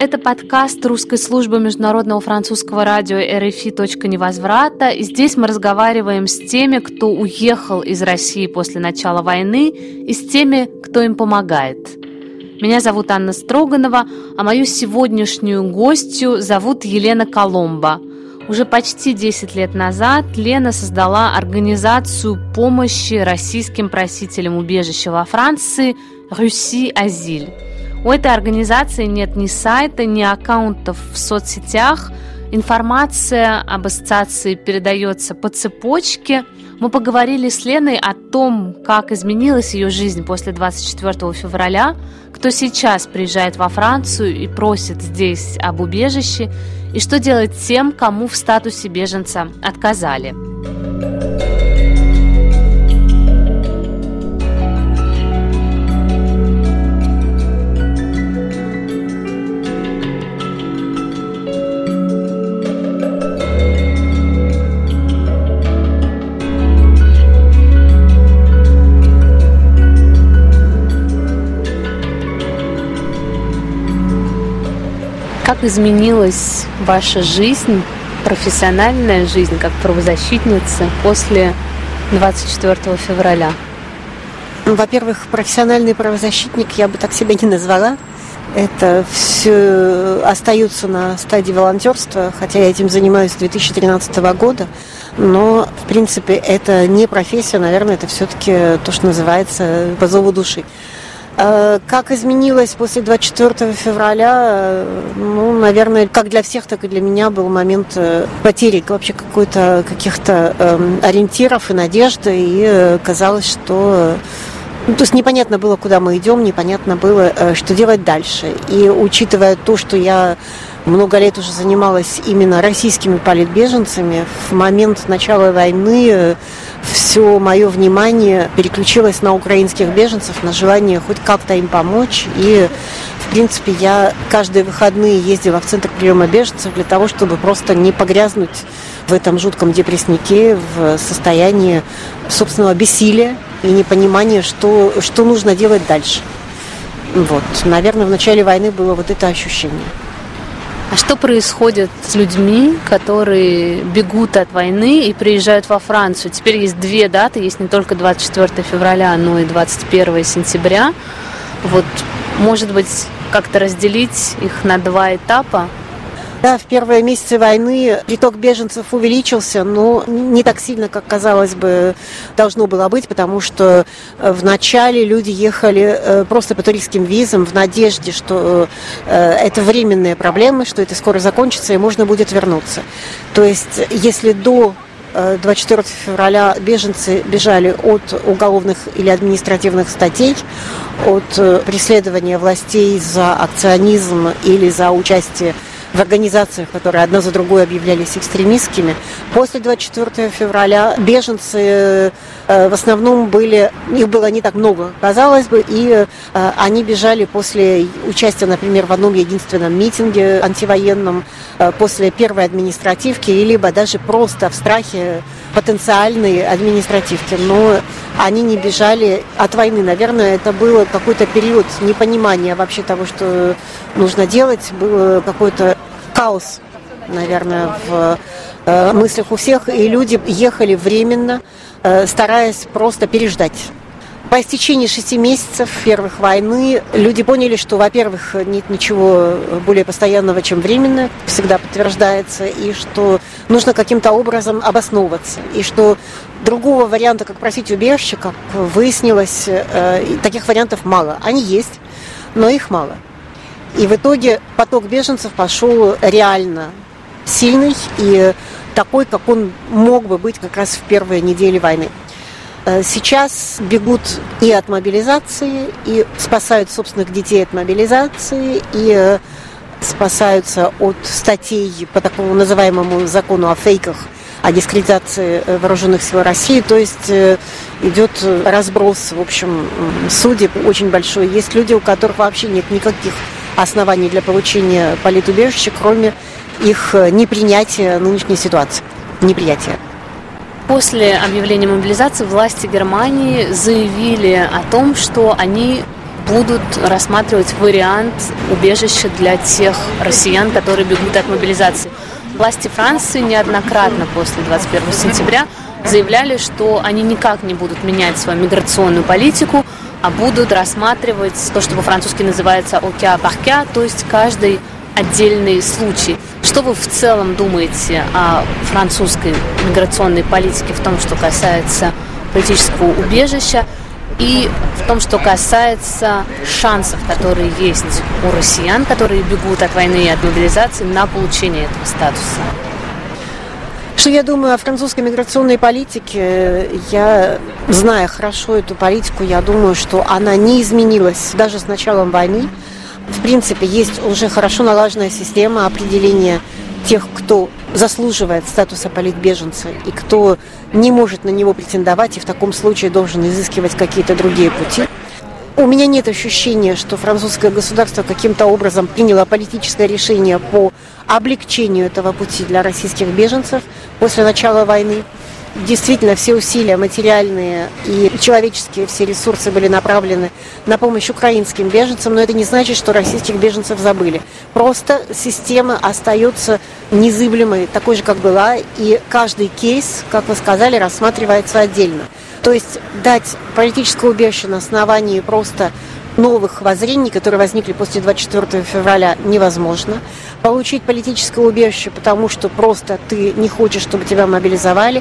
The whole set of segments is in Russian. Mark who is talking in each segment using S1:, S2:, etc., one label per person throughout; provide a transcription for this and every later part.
S1: Это подкаст русской службы международного французского радио RFI «Точка невозврата». И здесь мы разговариваем с теми, кто уехал из России после начала войны, и с теми, кто им помогает. Меня зовут Анна Строганова, а мою сегодняшнюю гостью зовут Елена Коломбо. Уже почти 10 лет назад Лена создала организацию помощи российским просителям убежища во Франции «Russie Asile». У этой организации нет ни сайта, ни аккаунтов в соцсетях. Информация об ассоциации передается по цепочке. Мы поговорили с Леной о том, как изменилась ее жизнь после 24 февраля, кто сейчас приезжает во Францию и просит здесь об убежище, и что делать тем, кому в статусе беженца отказали. Как изменилась ваша жизнь, профессиональная жизнь как правозащитницы после 24 февраля?
S2: Во-первых, профессиональный правозащитник я бы так себя не назвала. Это все остается на стадии волонтерства, хотя я этим занимаюсь с 2013 года. Но, в принципе, это не профессия, наверное, это все-таки то, что называется по зову души. Как изменилось после 24 февраля, наверное, как для всех, так и для меня был момент потери вообще каких-то ориентиров и надежды, и казалось, что... то есть непонятно было, куда мы идем, непонятно было, что делать дальше. И учитывая то, что я много лет уже занималась именно российскими политбеженцами, в момент начала войны все мое внимание переключилось на украинских беженцев, на желание хоть как-то им помочь. И, в принципе, я каждые выходные ездила в центр приема беженцев для того, чтобы просто не погрязнуть в этом жутком депрессняке, в состоянии собственного бессилия и непонимания, что нужно делать дальше. Вот. Наверное, в начале войны было вот это ощущение.
S1: А что происходит с людьми, которые бегут от войны и приезжают во Францию? Теперь есть две даты, есть не только 24 февраля, но и 21 сентября. Вот, может быть, как-то разделить их на два этапа?
S2: Да, в первые месяцы войны приток беженцев увеличился, но не так сильно, как, казалось бы, должно было быть, потому что вначале люди ехали просто по туристским визам в надежде, что это временные проблемы, что это скоро закончится и можно будет вернуться. То есть, если до 24 февраля беженцы бежали от уголовных или административных статей, от преследования властей за акционизм или за участие в организациях, которые одна за другой объявлялись экстремистскими. После 24 февраля беженцы в основном их было не так много, казалось бы, и они бежали после участия, например, в одном единственном митинге антивоенном, после первой административки, либо даже просто в страхе потенциальной административки. Но они не бежали от войны. Наверное, это был какой-то период непонимания вообще того, что нужно делать. Был какой-то хаос, наверное, в мыслях у всех. И люди ехали временно, стараясь просто переждать. По истечении 6 месяцев первых войны люди поняли, что, во-первых, нет ничего более постоянного, чем временно, всегда подтверждается, и что нужно каким-то образом обосновываться, и что другого варианта, как просить убежище, как выяснилось, таких вариантов мало. Они есть, но их мало. И в итоге поток беженцев пошел реально сильный и такой, как он мог бы быть как раз в первые недели войны. Сейчас бегут и от мобилизации, и спасают собственных детей от мобилизации, и спасаются от статей по такому называемому закону о фейках, о дискредитации вооруженных сил России. То есть идет разброс, в общем, судеб очень большой. Есть люди, у которых вообще нет никаких оснований для получения политубежища, кроме их непринятия нынешней ситуации. Неприятия.
S1: После объявления мобилизации власти Германии заявили о том, что они будут рассматривать вариант убежища для тех россиян, которые бегут от мобилизации. Власти Франции неоднократно после 21 сентября заявляли, что они никак не будут менять свою миграционную политику, а будут рассматривать то, что по-французски называется «au cas par cas», то есть каждый отдельный случай. Что вы в целом думаете о французской миграционной политике в том, что касается политического убежища, и в том, что касается шансов, которые есть у россиян, которые бегут от войны и от мобилизации, на получение этого статуса?
S2: Что я думаю о французской миграционной политике? Я, зная хорошо эту политику, я думаю, что она не изменилась даже с началом войны. В принципе, есть уже хорошо налаженная система определения тех, кто заслуживает статуса политбеженца и кто не может на него претендовать и в таком случае должен изыскивать какие-то другие пути. У меня нет ощущения, что французское государство каким-то образом приняло политическое решение по облегчению этого пути для российских беженцев после начала войны. Действительно, все усилия материальные и человеческие, все ресурсы были направлены на помощь украинским беженцам, но это не значит, что российских беженцев забыли. Просто система остается незыблемой, такой же, как была, и каждый кейс, как вы сказали, рассматривается отдельно. То есть дать политическое убежище на основании просто новых воззрений, которые возникли после 24 февраля, невозможно. Получить политическое убежище, потому что просто ты не хочешь, чтобы тебя мобилизовали,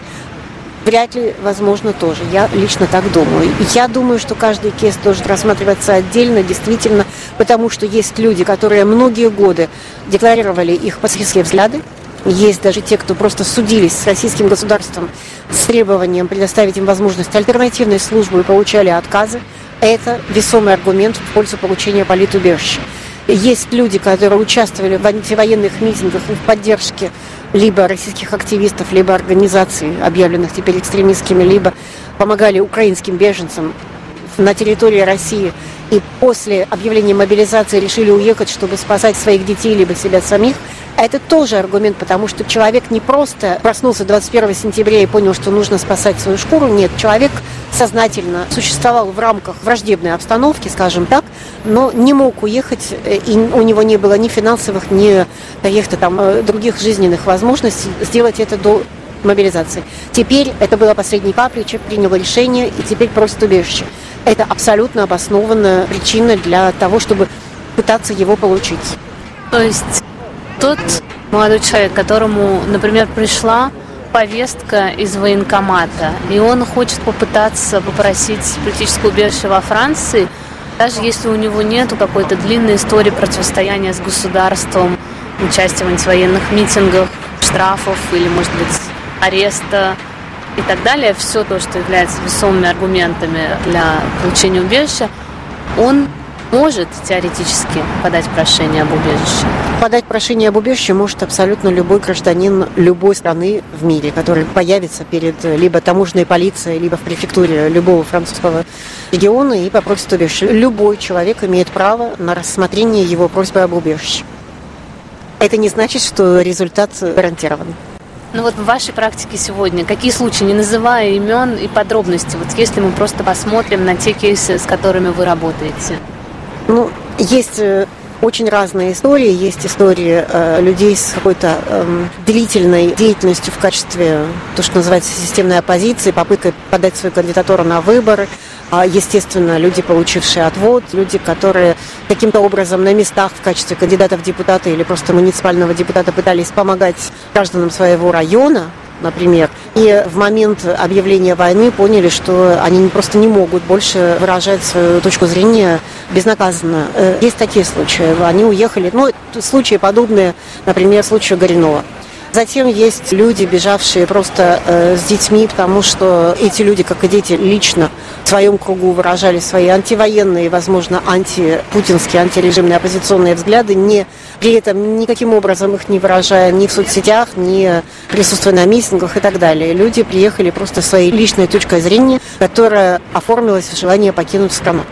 S2: вряд ли возможно тоже. Я лично так думаю. Я думаю, что каждый кейс должен рассматриваться отдельно, действительно, потому что есть люди, которые многие годы декларировали их пацифистские взгляды. Есть даже те, кто просто судились с российским государством с требованием предоставить им возможность альтернативной службы и получали отказы. Это весомый аргумент в пользу получения политубежища. Есть люди, которые участвовали в антивоенных митингах и в поддержке либо российских активистов, либо организаций, объявленных теперь экстремистскими, либо помогали украинским беженцам на территории России и после объявления мобилизации решили уехать, чтобы спасать своих детей, либо себя самих. Это тоже аргумент, потому что человек не просто проснулся 21 сентября и понял, что нужно спасать свою шкуру. Нет, человек сознательно существовал в рамках враждебной обстановки, скажем так, но не мог уехать, и у него не было ни финансовых, ни каких-то там других жизненных возможностей сделать это до мобилизации. Теперь это было последней каплей, человек принял решение и теперь просит убежище. Это абсолютно обоснованная причина для того, чтобы пытаться его получить.
S1: То есть тот молодой человек, которому, например, пришла повестка из военкомата, и он хочет попытаться попросить политическое убежище во Франции, даже если у него нет какой-то длинной истории противостояния с государством, участия в антивоенных митингах, штрафов или, может быть, ареста и так далее, все то, что является весомыми аргументами для получения убежища, он может теоретически подать прошение об убежище?
S2: Подать прошение об убежище может абсолютно любой гражданин любой страны в мире, который появится перед либо таможенной полицией, либо в префектуре любого французского региона и попросит убежище. Любой человек имеет право на рассмотрение его просьбы об убежище. Это не значит, что результат гарантирован.
S1: Ну вот в вашей практике сегодня какие случаи, не называя имен и подробностей, вот если мы просто посмотрим на те кейсы, с которыми вы работаете?
S2: Ну, есть очень разные истории. Есть истории людей с какой-то длительной деятельностью в качестве, то, что называется, системной оппозиции, попыткой подать свою кандидатуру на выборы. Естественно, люди, получившие отвод, люди, которые каким-то образом на местах в качестве кандидатов в депутаты или просто муниципального депутата пытались помогать гражданам своего района, например, и в момент объявления войны поняли, что они просто не могут больше выражать свою точку зрения безнаказанно. Есть такие случаи. Они уехали. Ну, случаи подобные, например, случаю Горюнова. Затем есть люди, бежавшие просто с детьми, потому что эти люди, как и дети, лично в своем кругу выражали свои антивоенные, возможно, антипутинские, антирежимные оппозиционные взгляды, при этом никаким образом их не выражая ни в соцсетях, ни присутствуя на митингах и так далее. Люди приехали просто своей личной точкой зрения, которая оформилась в желание покинуть страну.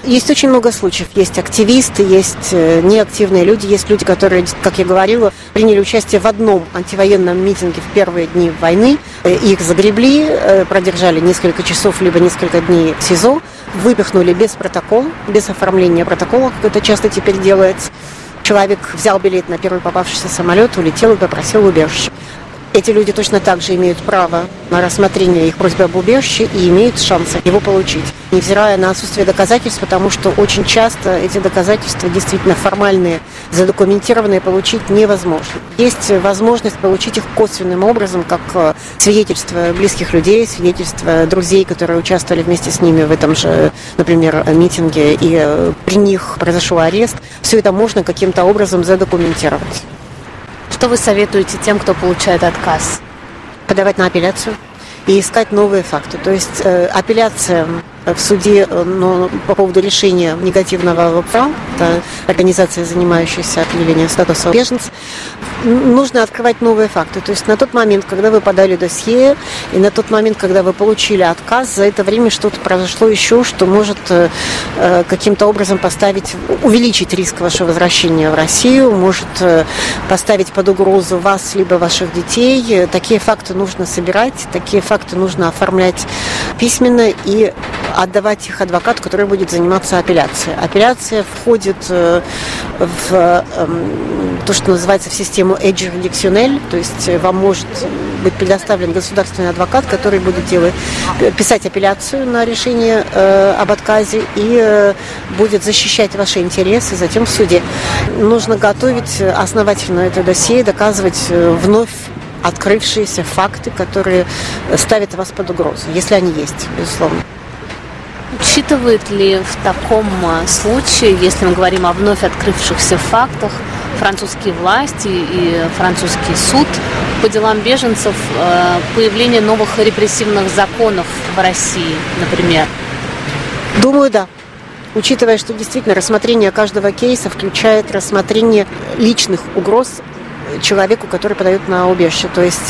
S2: Есть очень много случаев. Есть активисты, есть неактивные люди, есть люди, которые, как я говорила, приняли участие в одном антивоенном митинге в первые дни войны. Их загребли, продержали несколько часов, либо несколько дней в СИЗО, выпихнули без протокола, без оформления протокола, как это часто теперь делается. Человек взял билет на первый попавшийся самолет, улетел и попросил убежище. Эти люди точно так же имеют право на рассмотрение их просьбы об убежище и имеют шансы его получить, невзирая на отсутствие доказательств, потому что очень часто эти доказательства действительно формальные, задокументированные, получить невозможно. Есть возможность получить их косвенным образом, как свидетельство близких людей, свидетельство друзей, которые участвовали вместе с ними в этом же, например, митинге, и при них произошел арест. Все это можно каким-то образом задокументировать.
S1: Что вы советуете тем, кто получает отказ?
S2: Подавать на апелляцию и искать новые факты. То есть апелляция в суде по поводу решения негативного ВПРА, это организация, занимающаяся определением статуса беженца, нужно открывать новые факты. То есть на тот момент, когда вы подали досье, и на тот момент, когда вы получили отказ, за это время что-то произошло еще, что может каким-то образом увеличить риск вашего возвращения в Россию, может поставить под угрозу вас либо ваших детей. Такие факты нужно собирать, такие факты нужно оформлять письменно и отдавать их адвокату, который будет заниматься апелляцией. Апелляция входит в то, что называется в систему juridictionnelle, то есть вам может быть предоставлен государственный адвокат, который будет писать апелляцию на решение об отказе и будет защищать ваши интересы затем в суде. Нужно готовить основательно это досье, доказывать вновь открывшиеся факты, которые ставят вас под угрозу, если они есть, безусловно.
S1: Учитывает ли в таком случае, если мы говорим о вновь открывшихся фактах, французские власти и французский суд по делам беженцев появление новых репрессивных законов в России, например?
S2: Думаю, да. Учитывая, что действительно рассмотрение каждого кейса включает рассмотрение личных угроз человеку, который подает на убежище. То есть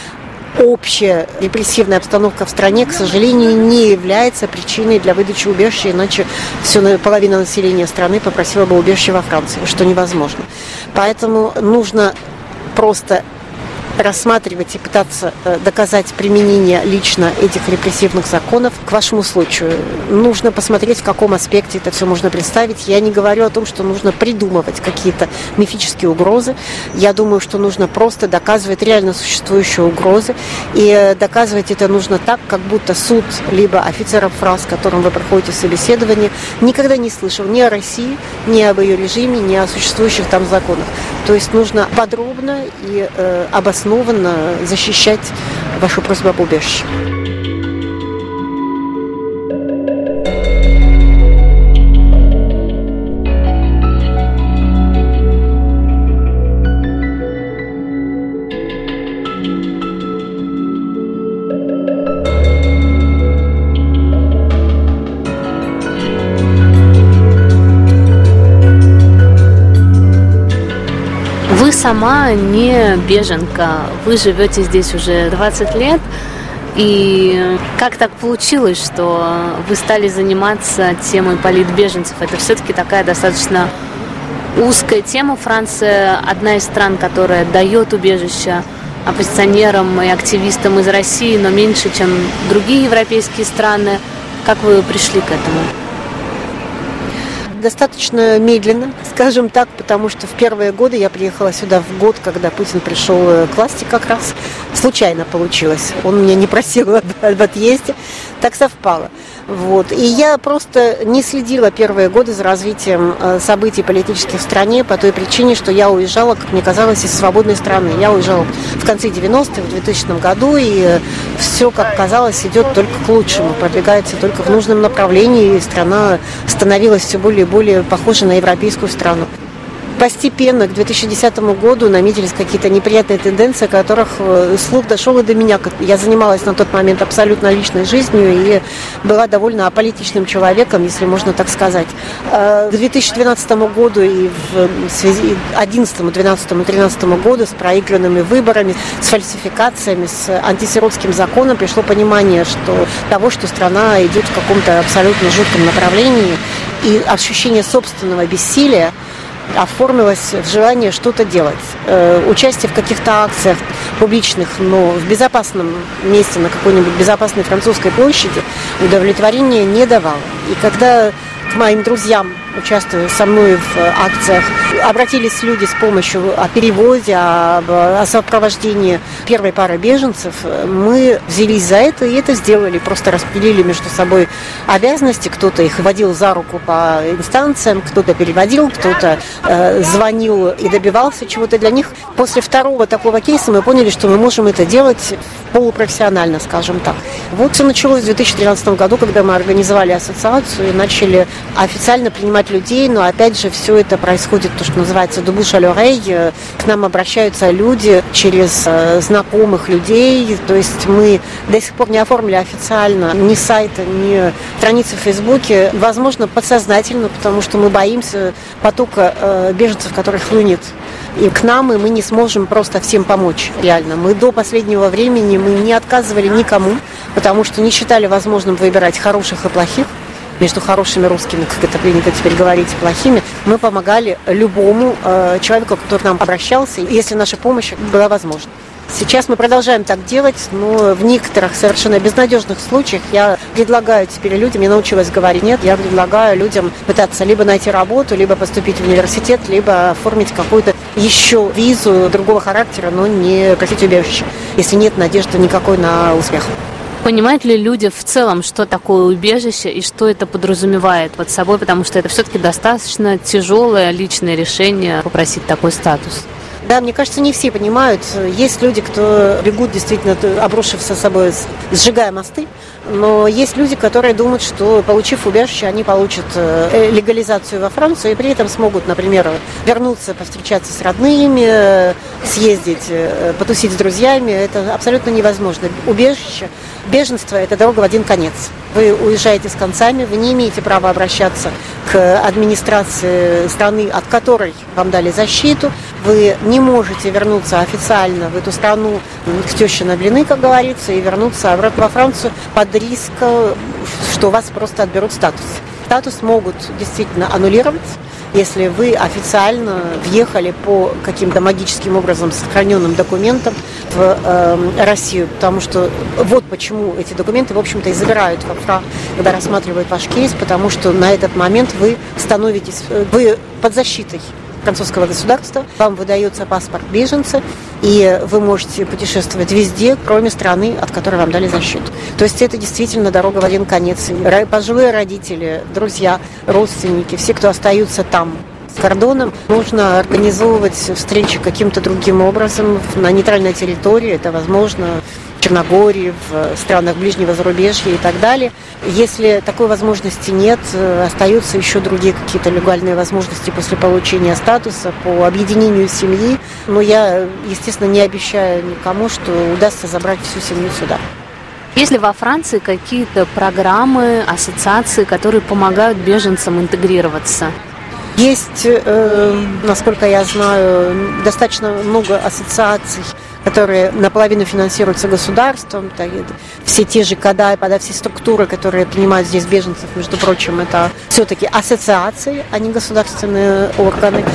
S2: общая репрессивная обстановка в стране, к сожалению, не является причиной для выдачи убежища, иначе половина населения страны попросила бы убежище во Франции, что невозможно. Поэтому нужно просто рассматривать и пытаться доказать применение лично этих репрессивных законов к вашему случаю. Нужно посмотреть, в каком аспекте это все можно представить. Я не говорю о том, что нужно придумывать какие-то мифические угрозы. Я думаю, что нужно просто доказывать реально существующие угрозы. И доказывать это нужно так, как будто суд, либо офицер ФРА, с которым вы проходите собеседование, никогда не слышал ни о России, ни об ее режиме, ни о существующих там законах. То есть нужно подробно и обоснованно защищать вашу просьбу об убежище.
S1: Вы сама не беженка, вы живете здесь уже 20 лет, и как так получилось, что вы стали заниматься темой политбеженцев? Это все-таки такая достаточно узкая тема. Франция одна из стран, которая дает убежище оппозиционерам и активистам из России, но меньше, чем другие европейские страны. Как вы пришли к этому?
S2: Достаточно медленно, скажем так, потому что в первые годы я приехала сюда в год, когда Путин пришел к власти как раз. Случайно получилось. Он меня не просил об отъезде. Так совпало. Вот. И я просто не следила первые годы за развитием событий политических в стране по той причине, что я уезжала, как мне казалось, из свободной страны. Я уезжала в конце 90-х, в 2000 году, и все, как казалось, идет только к лучшему, продвигается только в нужном направлении, и страна становилась все более и более похожа на европейскую страну. Постепенно, к 2010 году наметились какие-то неприятные тенденции, о которых слух дошел и до меня. Я занималась на тот момент абсолютно личной жизнью и была довольно аполитичным человеком, если можно так сказать. К 2012 году и в связи 2011, 2012 и 2013 году с проигранными выборами, с фальсификациями, с антисиротским законом пришло понимание того, что страна идет в каком-то абсолютно жутком направлении. и ощущение собственного бессилия оформилось в желание что-то делать. Участие в каких-то акциях публичных, но в безопасном месте, на какой-нибудь безопасной французской площади, удовлетворения не давало. И когда к моим друзьям, участвуя со мной в акциях, обратились люди с помощью о переводе, о сопровождении первой пары беженцев, мы взялись за это и это сделали. Просто распределили между собой обязанности. Кто-то их водил за руку по инстанциям, кто-то переводил, кто-то звонил и добивался чего-то для них. После второго такого кейса мы поняли, что мы можем это делать полупрофессионально, скажем так. Вот все началось в 2013 году, когда мы организовали ассоциацию и начали официально принимать людей, но опять же все это происходит, то, что называется «de bouche à l'oreille». К нам обращаются люди через знакомых людей, то есть мы до сих пор не оформили официально ни сайта, ни страницы в Фейсбуке, возможно, подсознательно, потому что мы боимся потока беженцев, который хлынет и к нам, и мы не сможем просто всем помочь, реально. Мы до последнего времени не отказывали никому, потому что не считали возможным выбирать хороших и плохих. Между хорошими русскими, как это принято теперь говорить, и плохими, мы помогали любому человеку, который к нам обращался, если наша помощь была возможна. Сейчас мы продолжаем так делать, но в некоторых совершенно безнадежных случаях я предлагаю теперь людям, я научилась говорить нет, я предлагаю людям пытаться либо найти работу, либо поступить в университет, либо оформить какую-то еще визу другого характера, но не просить убежище, если нет надежды никакой на успех.
S1: Понимают ли люди в целом, что такое убежище и что это подразумевает под собой, потому что это все-таки достаточно тяжелое личное решение попросить такой статус?
S2: Да, мне кажется, не все понимают. Есть люди, кто бегут, действительно, обрушив со собой, сжигая мосты. Но есть люди, которые думают, что, получив убежище, они получат легализацию во Францию и при этом смогут, например, вернуться, повстречаться с родными, съездить, потусить с друзьями. Это абсолютно невозможно. Убежище, беженство – это дорога в один конец. Вы уезжаете с концами, вы не имеете права обращаться к администрации страны, от которой вам дали защиту. Вы не можете вернуться официально в эту страну к теще на блины, как говорится, и вернуться обратно во Францию под риском, что у вас просто отберут статус. Статус могут действительно аннулировать, если вы официально въехали по каким-то магическим образом сохраненным документам в Россию. Потому что вот почему эти документы, в общем-то, и забирают когда рассматривают ваш кейс, потому что на этот момент вы под защитой французского государства, вам выдается паспорт беженца, и вы можете путешествовать везде, кроме страны, от которой вам дали защиту. То есть это действительно дорога в один конец. Пожилые родители, друзья, родственники, все, кто остаются там, с кордоном, нужно организовывать встречи каким-то другим образом на нейтральной территории, это возможно в Черногории, в странах ближнего зарубежья и так далее. Если такой возможности нет, остаются еще другие какие-то легальные возможности после получения статуса по объединению семьи. Но я, естественно, не обещаю никому, что удастся забрать всю семью сюда.
S1: Есть ли во Франции какие-то программы, ассоциации, которые помогают беженцам интегрироваться?
S2: Есть, насколько я знаю, достаточно много ассоциаций, которые наполовину финансируются государством. Все те же КАДА, все структуры, которые принимают здесь беженцев, между прочим, это все-таки ассоциации, а не государственные органы.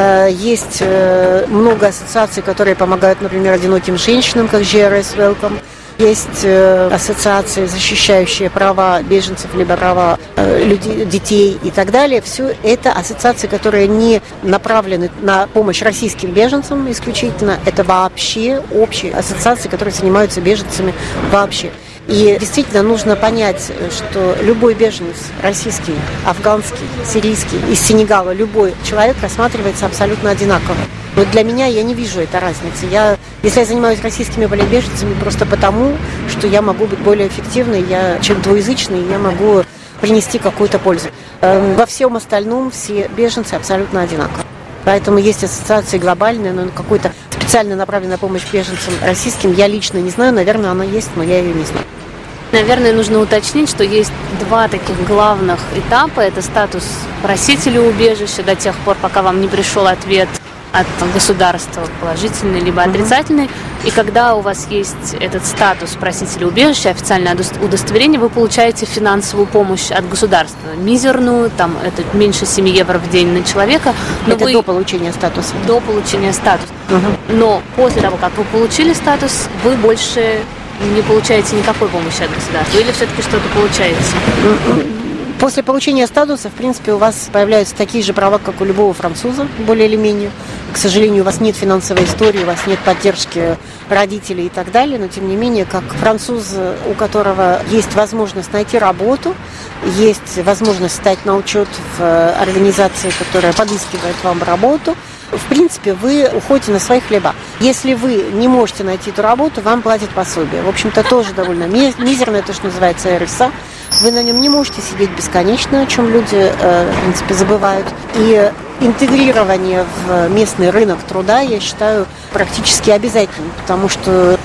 S2: Есть много ассоциаций, которые помогают, например, одиноким женщинам, как GRS Welcome. Есть ассоциации, защищающие права беженцев, либо права людей, детей и так далее. Все это ассоциации, которые не направлены на помощь российским беженцам исключительно. Это вообще общие ассоциации, которые занимаются беженцами вообще. И действительно нужно понять, что любой беженец, российский, афганский, сирийский, из Сенегала, любой человек рассматривается абсолютно одинаково. Вот для меня я не вижу этой разницы. Если я занимаюсь российскими беженцами, просто потому, что я могу быть более эффективной, я человек двуязычный, я могу принести какую-то пользу. Во всем остальном все беженцы абсолютно одинаковы. Поэтому есть ассоциации глобальные, но какой-то специально направленная помощь беженцам российским я лично не знаю. Наверное, она есть, но я ее не знаю.
S1: Наверное, нужно уточнить, что есть два таких главных этапа. Это статус просителя убежища до тех пор, пока вам не пришел ответ от государства, положительный либо отрицательный. И когда у вас есть этот статус просителя убежища, официальное удостоверение, вы получаете финансовую помощь от государства. Мизерную, там это меньше 7 евро в день на человека.
S2: Это до получения статуса?
S1: До получения статуса. Но после того, как вы получили статус, вы больше не получаете никакой помощи от государства? Или все-таки что-то получаете?
S2: После получения статуса, в принципе, у вас появляются такие же права, как у любого француза, более или менее. К сожалению, у вас нет финансовой истории, у вас нет поддержки родителей и так далее, но, тем не менее, как француз, у которого есть возможность найти работу, есть возможность стать на учет в организации, которая подыскивает вам работу, в принципе, вы уходите на свои хлеба. Если вы не можете найти эту работу, вам платят пособие. В общем-то, тоже довольно мизерное, то, что называется РСА. Вы на нем не можете сидеть бесконечно, о чем люди, в принципе, забывают. И интегрирование в местный рынок труда, я считаю, практически обязательным, потому что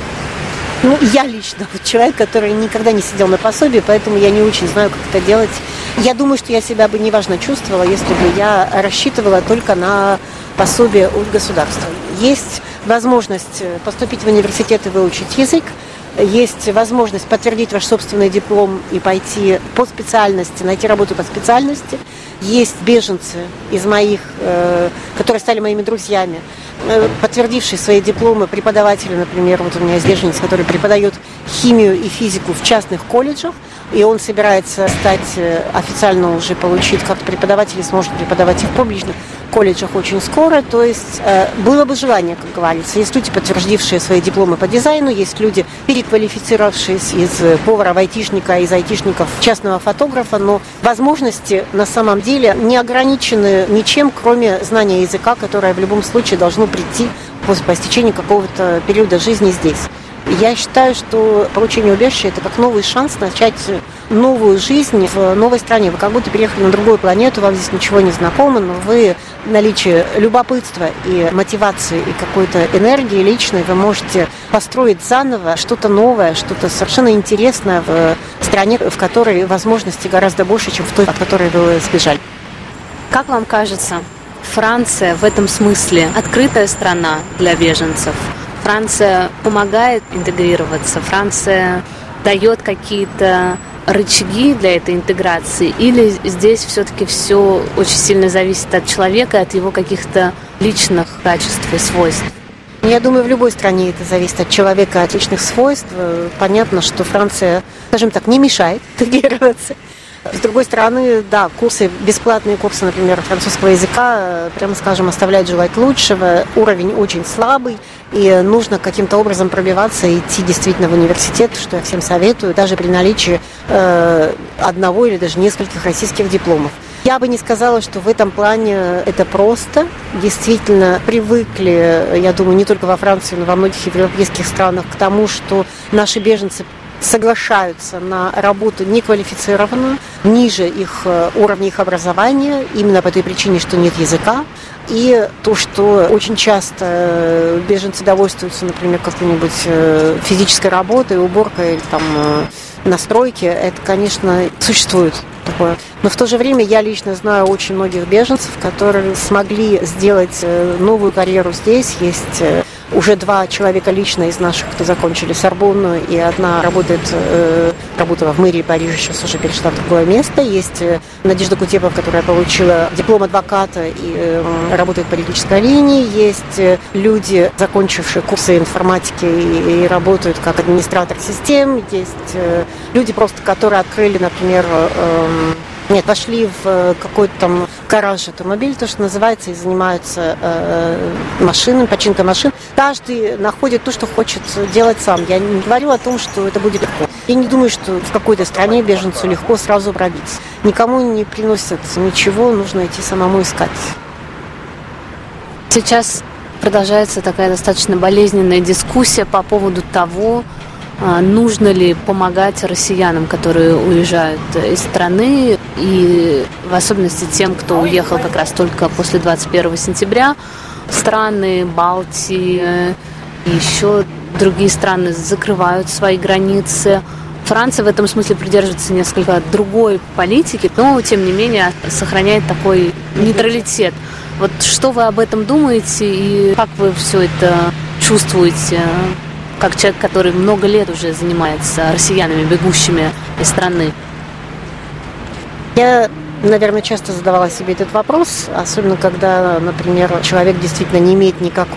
S2: я лично человек, который никогда не сидел на пособии, поэтому я не очень знаю, как это делать. Я думаю, что я себя бы неважно чувствовала, если бы я рассчитывала только на пособие от государства. Есть возможность поступить в университет и выучить язык, есть возможность подтвердить ваш собственный диплом и пойти по специальности, найти работу по специальности. Есть беженцы из моих, которые стали моими друзьями, подтвердившие свои дипломы, преподаватели, например, вот у меня есть беженец, который преподает химию и физику в частных колледжах, и он собирается стать официально уже получить как преподаватель и сможет преподавать и в публичных колледжах очень скоро. То есть было бы желание, как говорится. Есть люди, подтвердившие свои дипломы по дизайну, есть люди, переквалифицировавшись из повара в айтишника, из айтишников в частного фотографа, но возможности на самом деле не ограничены ничем, кроме знания языка, которое в любом случае должно прийти по истечении какого-то периода жизни здесь. Я считаю, что получение убежища – это как новый шанс начать новую жизнь в новой стране. Вы как будто переехали на другую планету, вам здесь ничего не знакомо, но вы наличие любопытства и мотивации, и какой-то энергии личной вы можете построить заново что-то новое, что-то совершенно интересное в стране, в которой возможностей гораздо больше, чем в той, от которой вы сбежали.
S1: Как вам кажется, Франция в этом смысле открытая страна для беженцев? Франция помогает интегрироваться, Франция дает какие-то рычаги для этой интеграции, или здесь все-таки все очень сильно зависит от человека, от его каких-то личных качеств и свойств?
S2: Я думаю, в любой стране это зависит от человека, от личных свойств. Понятно, что Франция, скажем так, не мешает интегрироваться. С другой стороны, да, бесплатные курсы, например, французского языка, прямо скажем, оставляют желать лучшего. Уровень очень слабый, и нужно каким-то образом пробиваться и идти действительно в университет, что я всем советую, даже при наличии одного или даже нескольких российских дипломов. Я бы не сказала, что в этом плане это просто. Действительно привыкли, я думаю, не только во Франции, но во многих европейских странах к тому, что наши беженцы соглашаются на работу неквалифицированную, ниже их уровня их образования, именно по той причине, что нет языка. И то, что очень часто беженцы довольствуются, например, какой-нибудь физической работой, уборкой или там настройки, это, конечно, существует такое. Но в то же время я лично знаю очень многих беженцев, которые смогли сделать новую карьеру здесь. Есть уже 2 человека лично из наших, кто закончили Сорбонну, и одна работала в мэрии Парижа, сейчас уже перешла в другое место. Есть Надежда Кутепова, которая получила диплом адвоката и работает по политической линии. Есть люди, закончившие курсы информатики и работают как администратор систем. Есть люди, просто которые открыли, например, вошли в какой-то там гараж автомобиль, то, что называется, и занимаются машинами, починкой машин. Каждый находит то, что хочет делать сам. Я не говорю о том, что это будет легко. Я не думаю, что в какой-то стране беженцу легко сразу пробиться. Никому не приносят ничего, нужно идти самому искать.
S1: Сейчас продолжается такая достаточно болезненная дискуссия по поводу того, нужно ли помогать россиянам, которые уезжают из страны, и в особенности тем, кто уехал как раз только после 21 сентября. Страны Балтии и еще другие страны закрывают свои границы. Франция в этом смысле придерживается несколько другой политики, но, тем не менее, сохраняет такой нейтралитет. Вот что вы об этом думаете и как вы все это чувствуете, как человек, который много лет уже занимается россиянами, бегущими из страны?
S2: Я, наверное, часто задавала себе этот вопрос, особенно когда, например, человек действительно не имеет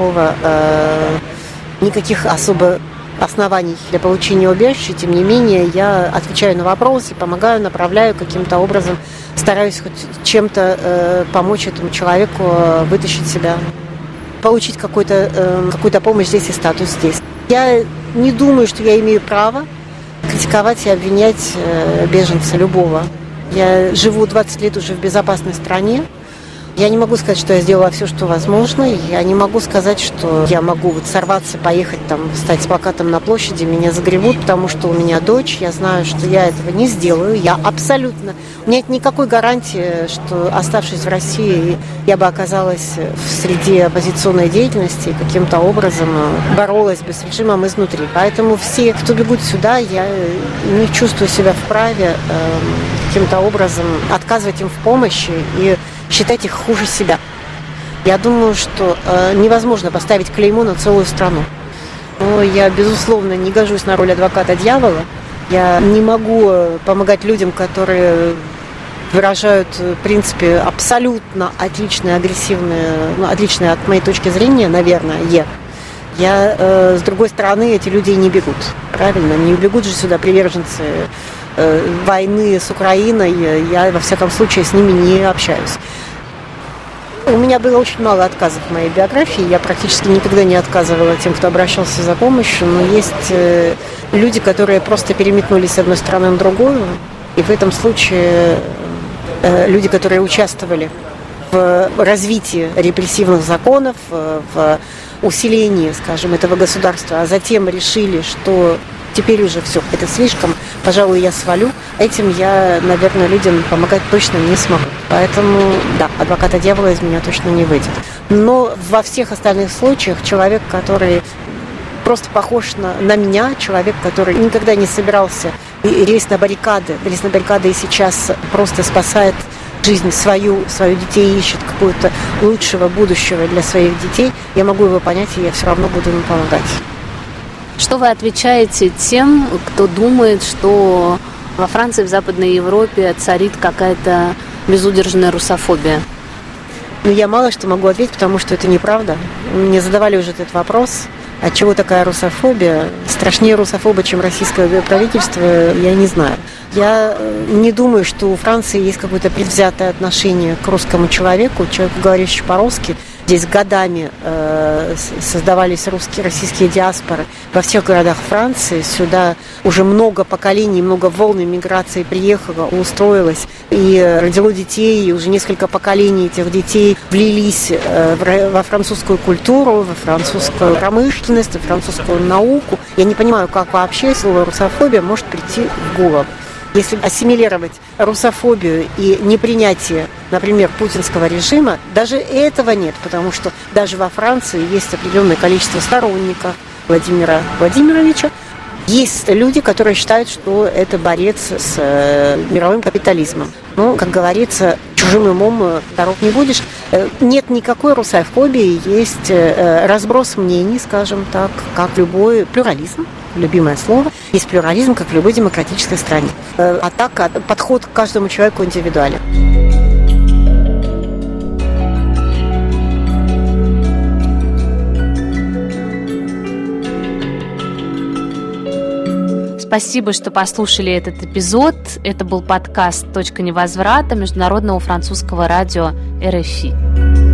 S2: никаких особо оснований для получения убежища. Тем не менее, я отвечаю на вопросы, помогаю, направляю каким-то образом, стараюсь хоть чем-то помочь этому человеку вытащить себя, получить какую-то помощь здесь и статус здесь. Я не думаю, что я имею право критиковать и обвинять беженца любого. Я живу 20 лет уже в безопасной стране. Я не могу сказать, что я сделала все, что возможно. Я не могу сказать, что я могу сорваться, поехать, встать с плакатом на площади, меня загребут, потому что у меня дочь. Я знаю, что я этого не сделаю. У меня нет никакой гарантии, что, оставшись в России, я бы оказалась в среде оппозиционной деятельности и каким-то образом боролась бы с режимом изнутри. Поэтому все, кто бегут сюда, я не чувствую себя вправе каким-то образом отказывать им в помощи и считать их хуже себя. Я думаю, что невозможно поставить клеймо на целую страну. Но я, безусловно, не гожусь на роль адвоката дьявола. Я не могу помогать людям, которые выражают, в принципе, абсолютно отличные, агрессивные, отличные от моей точки зрения, наверное, с другой стороны, эти люди не бегут. Правильно? Не бегут же сюда приверженцы войны с Украиной. Я, во всяком случае, с ними не общаюсь. У меня было очень мало отказов в моей биографии. Я практически никогда не отказывала тем, кто обращался за помощью. Но есть люди, которые просто переметнулись с одной стороны на другую. И в этом случае люди, которые участвовали в развитии репрессивных законов, в усилении, скажем, этого государства, а затем решили, что теперь уже все, это слишком, пожалуй, я свалю. Этим я, наверное, людям помогать точно не смогу. Поэтому, да, адвоката дьявола из меня точно не выйдет. Но во всех остальных случаях человек, который просто похож на меня, человек, который никогда не собирался лезть на баррикады и сейчас просто спасает жизнь свою детей, ищет какого-то лучшего будущего для своих детей, я могу его понять, и я все равно буду ему помогать.
S1: Что вы отвечаете тем, кто думает, что во Франции, в Западной Европе царит какая-то безудержная русофобия?
S2: Я мало что могу ответить, потому что это неправда. Мне задавали уже этот вопрос. Отчего такая русофобия? Страшнее русофоба, чем российское правительство, я не знаю. Я не думаю, что у Франции есть какое-то предвзятое отношение к русскому человеку, говорящему по-русски. Здесь годами создавались российские диаспоры во всех городах Франции. Сюда уже много поколений, много волн миграции приехало, устроилось и родило детей. И уже несколько поколений этих детей влились во французскую культуру, во французскую промышленность, во французскую науку. Я не понимаю, как вообще слово русофобия может прийти в голову. Если ассимилировать русофобию и непринятие, например, путинского режима, даже этого нет, потому что даже во Франции есть определенное количество сторонников Владимира Владимировича. Есть люди, которые считают, что это борец с мировым капитализмом. Но, как говорится, чужим умом дорог не будешь. Нет никакой русофобии, есть разброс мнений, скажем так, как любой плюрализм. Любимое слово. Есть плюрализм, как в любой демократической стране. А так подход к каждому человеку индивидуален.
S1: Спасибо, что послушали этот эпизод. Это был подкаст «Точка невозврата» Международного французского радио РФИ.